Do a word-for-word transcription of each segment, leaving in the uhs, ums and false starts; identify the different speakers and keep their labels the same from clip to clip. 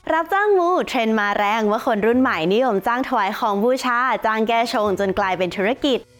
Speaker 1: รับจ้างมูเทรนด์มาแรงว่าคนรุ่นใหม่นิยมจ้างถวายของบูชาจ้างแก้ชงจนกลายเป็นธุรกิจ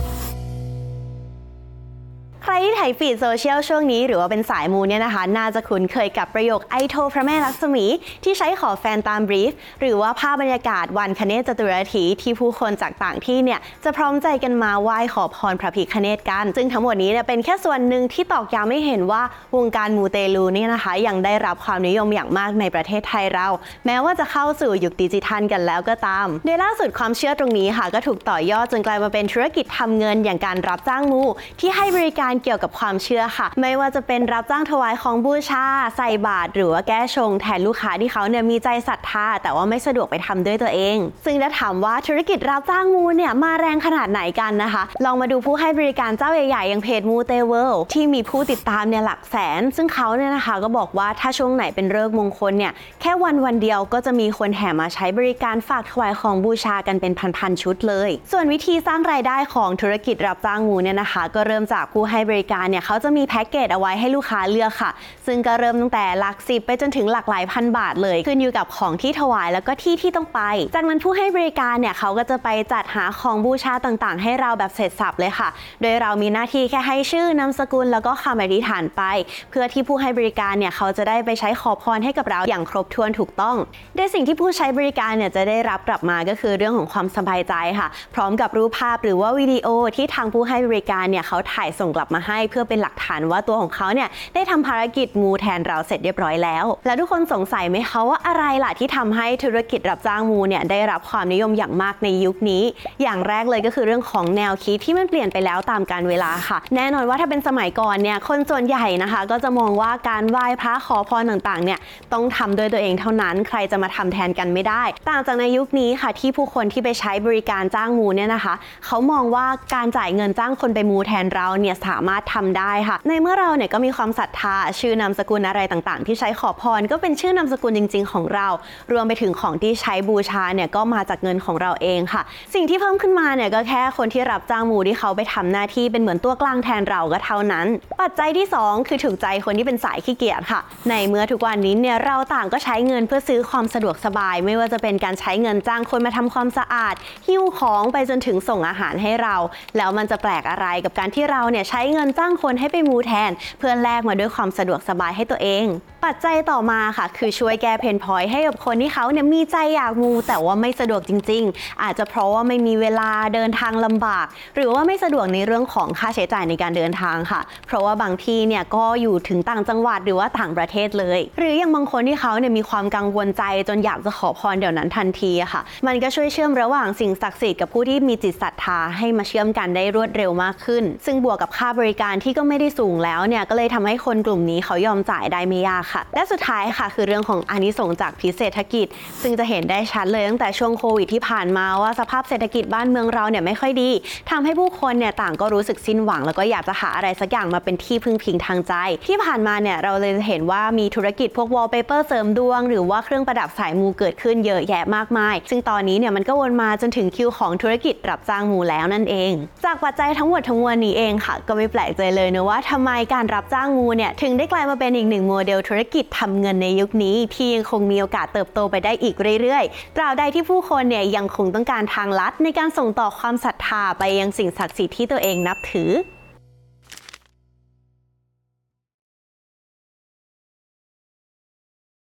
Speaker 1: ใครที่ถ่ายฟีดโซเชียลช่วงนี้หรือว่าเป็นสายมูเนี่ยนะคะน่าจะคุ้นเคยกับประโยคไอโทพระแม่ลักษมีที่ใช้ขอแฟนตามบรีฟหรือว่าภาพบรรยากาศวันคเนศจตุรถีที่ผู้คนจากต่างที่เนี่ยจะพร้อมใจกันมาไหว้ขอพรพระพิฆเนศกันซึ่งทั้งหมดนี้เนี่ยเป็นแค่ส่วนหนึ่งที่ตอกย้ำให้เห็นว่าวงการมูเตลูเนี่ยนะคะยังได้รับความนิยมอย่างมากในประเทศไทยเราแม้ว่าจะเข้าสู่ยุคดิจิทัลกันแล้วก็ตามโดยล่าสุดความเชื่อตรงนี้ค่ะก็ถูกต่อยอดจนกลายมาเป็นธุรกิจทำเงินอย่างการรับจ้างมูที่ให้บริการเกี่ยวกับความเชื่อค่ะไม่ว่าจะเป็นรับจ้างถวายของบูชาใส่บาตรหรือว่าแก้ชงแทนลูกค้าที่เขาเนี่ยมีใจศรัทธาแต่ว่าไม่สะดวกไปทำด้วยตัวเองซึ่งถ้าถามว่าธุรกิจรับจ้างมูเนี่ยมาแรงขนาดไหนกันนะคะลองมาดูผู้ให้บริการเจ้าใหญ่ๆอย่างเพจมูเตเวิลด์ที่มีผู้ติดตามเนี่ยหลักแสนซึ่งเขาเนี่ยนะคะก็บอกว่าถ้าช่วงไหนเป็นฤกษ์มงคลเนี่ยแค่วันวันเดียวก็จะมีคนแห่มาใช้บริการฝากถวายของบูชากันเป็นพันๆชุดเลยส่วนวิธีสร้างรายได้ของธุรกิจรับจ้างมูเนี่ยนะคะก็เริ่มจากผู้ให้บริการเนี่ยเขาจะมีแพ็กเกจเอาไว้ให้ลูกค้าเลือกค่ะซึ่งก็เริ่มตั้งแต่หลักสิบไปจนถึงหลักหลายพันบาทเลยขึ้นอยู่กับของที่ถวายแล้วก็ที่ที่ต้องไปจากนั้นผู้ให้บริการเนี่ยเขาก็จะไปจัดหาของบูชาต่างๆให้เราแบบเสร็จสับเลยค่ะโดยเรามีหน้าที่แค่ให้ชื่อนามสกุลแล้วก็คำอธิษฐานไปเพื่อที่ผู้ให้บริการเนี่ยเขาจะได้ไปใช้ขอพรให้กับเราอย่างครบถ้วนถูกต้องโดยสิ่งที่ผู้ใช้บริการเนี่ยจะได้รับกลับมาก็คือเรื่องของความสบายใจค่ะพร้อมกับรูปภาพหรือว่าวิดีโอที่ทางผู้ให้บริการเนี่ยเขาถ่ายส่งกลับมาให้เพื่อเป็นหลักฐานว่าตัวของเขาเนี่ยได้ทำภารกิจมูแทนเราเสร็จเรียบร้อยแล้วแล้วทุกคนสงสัยไหมคะว่าอะไรล่ะที่ทำให้ธุรกิจรับจ้างมูเนี่ยได้รับความนิยมอย่างมากในยุคนี้อย่างแรกเลยก็คือเรื่องของแนวคิดที่มันเปลี่ยนไปแล้วตามกาลเวลาค่ะแน่นอนว่าถ้าเป็นสมัยก่อนเนี่ยคนส่วนใหญ่นะคะก็จะมองว่าการไหว้พระขอพรต่างๆเนี่ยต้องทำด้วยตัวเองเท่านั้นใครจะมาทำแทนกันไม่ได้ต่างจากในยุคนี้ค่ะที่ผู้คนที่ไปใช้บริการจ้างมูเนี่ยนะคะเขามองว่าการจ่ายเงินจ้างคนไปมูแทนเราเนี่ยสามารถทำได้ค่ะในเมื่อเราเนี่ยก็มีความศรัทธาชื่อนามสกุลอะไรต่างๆที่ใช้ขอพรก็เป็นชื่อนามสกุลจริงๆของเรารวมไปถึงของที่ใช้บูชาเนี่ยก็มาจากเงินของเราเองค่ะสิ่งที่เพิ่มขึ้นมาเนี่ยก็แค่คนที่รับจ้างมูที่เขาไปทำหน้าที่เป็นเหมือนตัวกลางแทนเราก็เท่านั้นปัจจัยที่สองคือถูกใจคนที่เป็นสายขี้เกียจค่ะในเมื่อทุกวันนี้เนี่ยเราต่างก็ใช้เงินเพื่อซื้อความสะดวกสบายไม่ว่าจะเป็นการใช้เงินจ้างคนมาทำความสะอาดหิ้วของไปจนถึงส่งอาหารให้เราแล้วมันจะแปลกอะไรกับการที่เราเนี่ยใช้เงินจ้างคนให้ไปมูแทนเพื่อแลกมาด้วยความสะดวกสบายให้ตัวเองปัจจัยต่อมาค่ะคือช่วยแก้เพนพอยต์ให้กับคนที่เขาเนี่ยมีใจอยากมูแต่ว่าไม่สะดวกจริงๆอาจจะเพราะว่าไม่มีเวลาเดินทางลำบากหรือว่าไม่สะดวกในเรื่องของค่าใช้จ่ายในการเดินทางค่ะเพราะว่าบางที่เนี่ยก็อยู่ถึงต่างจังหวัดหรือว่าต่างประเทศเลยหรืออย่างบางคนที่เขาเนี่ยมีความกังวลใจจนอยากจะขอพรเดี๋ยวนั้นทันทีค่ะมันก็ช่วยเชื่อมระหว่างสิ่งศักดิ์สิทธิ์กับผู้ที่มีจิตศรัทธาให้มาเชื่อมกันได้รวดเร็วมากขึ้นซึ่งบวกกับค่าบริการที่ก็ไม่ได้สูงแล้วเนี่ยก็เลยทำให้คนกลุ่มนี้เขายอมจ่ายได้ไม่ยากค่ะและสุดท้ายค่ะคือเรื่องของอานิสงส์จากพิษเศรษฐกิจซึ่งจะเห็นได้ชัดเลยตั้งแต่ช่วงโควิดที่ผ่านมาว่าสภาพเศรษฐกิจบ้านเมืองเราเนี่ยไม่ค่อยดีทำให้ผู้คนเนี่ยต่างก็รู้สึกสิ้นหวังแล้วก็อยากจะหาอะไรสักอย่างมาเป็นที่พึ่งพิงทางใจที่ผ่านมาเนี่ยเราเลยเห็นว่ามีธุรกิจพวกวอลเปเปอร์เสริมดวงหรือว่าเครื่องประดับสายมูเกิดขึ้นเยอะแยะมากมายซึ่งตอนนี้เนี่ยมันก็วนมาจนถึงคิวของธุรกิจรับจ้างมูแล้วนั่นเองจากปัจจัยทั้งหมดทั้งมวลนี้เองค่ะก็ไม่แปลกใจเลยนะว่าทำไมการรับจ้างมูเนี่ยถึงได้กลายมาเป็นอีกหนึ่งโมเดลธุรกิจทำเงินในยุคนี้ที่ยังคงมีโอกาสเติบโตไปได้อีกเรื่อยๆตราบใดที่ผู้คนเนี่ยยังคงต้องการทางลัดในการส่งต่อความศรัทธาไปยังสิ่งศักดิ์สิทธิ์ที่ตัวเองนับถือ